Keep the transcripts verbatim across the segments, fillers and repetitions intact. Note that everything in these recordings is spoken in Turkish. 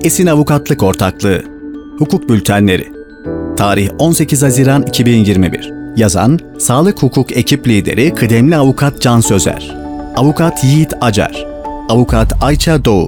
Esin Avukatlık Ortaklığı. Hukuk Bültenleri. Tarih on sekiz Haziran iki bin yirmi bir. Yazan Sağlık Hukuk Ekip Lideri Kıdemli Avukat Can Sözer. Avukat Yiğit Acar. Avukat Ayça Doğu.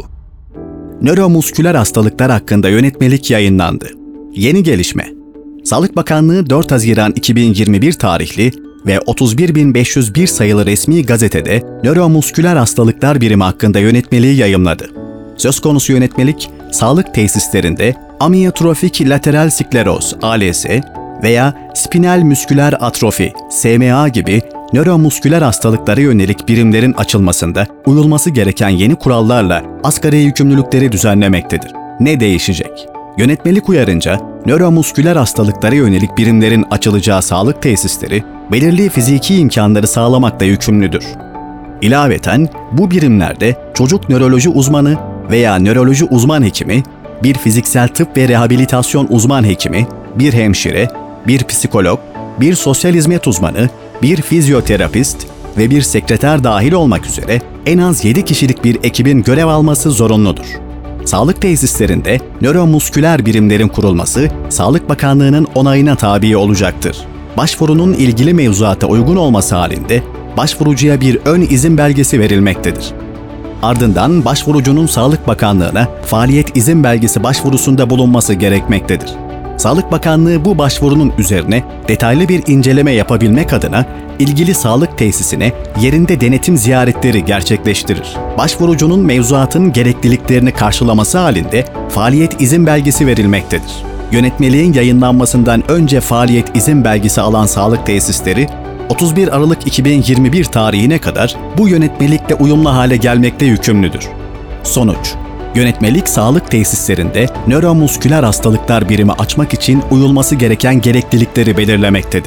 Nöromusküler hastalıklar hakkında yönetmelik yayınlandı. Yeni gelişme. Sağlık Bakanlığı dört Haziran iki bin yirmi bir tarihli ve otuz bir bin beş yüz bir sayılı resmi gazetede nöromusküler hastalıklar birimi hakkında yönetmeliği yayımladı. Söz konusu yönetmelik, sağlık tesislerinde amyotrofik lateral skleroz A L S veya spinal musküler atrofi S M A gibi nöromusküler hastalıklara yönelik birimlerin açılmasında uyulması gereken yeni kurallarla asgari yükümlülükleri düzenlemektedir. Ne değişecek? Yönetmelik uyarınca, nöromusküler hastalıklara yönelik birimlerin açılacağı sağlık tesisleri, belirli fiziki imkanları sağlamakla yükümlüdür. İlaveten, bu birimlerde çocuk nöroloji uzmanı veya nöroloji uzman hekimi, bir fiziksel tıp ve rehabilitasyon uzman hekimi, bir hemşire, bir psikolog, bir sosyal hizmet uzmanı, bir fizyoterapist ve bir sekreter dahil olmak üzere en az yedi kişilik bir ekibin görev alması zorunludur. Sağlık tesislerinde nöromusküler birimlerin kurulması, Sağlık Bakanlığı'nın onayına tabi olacaktır. Başvurunun ilgili mevzuata uygun olması halinde başvurucuya bir ön izin belgesi verilmektedir. Ardından başvurucunun Sağlık Bakanlığı'na faaliyet izin belgesi başvurusunda bulunması gerekmektedir. Sağlık Bakanlığı bu başvurunun üzerine detaylı bir inceleme yapabilmek adına ilgili sağlık tesisine yerinde denetim ziyaretleri gerçekleştirir. Başvurucunun mevzuatın gerekliliklerini karşılaması halinde faaliyet izin belgesi verilmektedir. Yönetmeliğin yayınlanmasından önce faaliyet izin belgesi alan sağlık tesisleri, otuz bir Aralık iki bin yirmi bir tarihine kadar bu yönetmelikle uyumlu hale gelmekle yükümlüdür. Sonuç: Yönetmelik sağlık tesislerinde nöromusküler hastalıklar birimi açmak için uyulması gereken gereklilikleri belirlemektedir.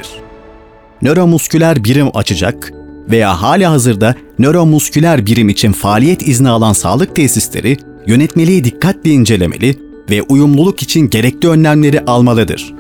Nöromusküler birim açacak veya halihazırda nöromusküler birim için faaliyet izni alan sağlık tesisleri, yönetmeliği dikkatle incelemeli ve uyumluluk için gerekli önlemleri almalıdır.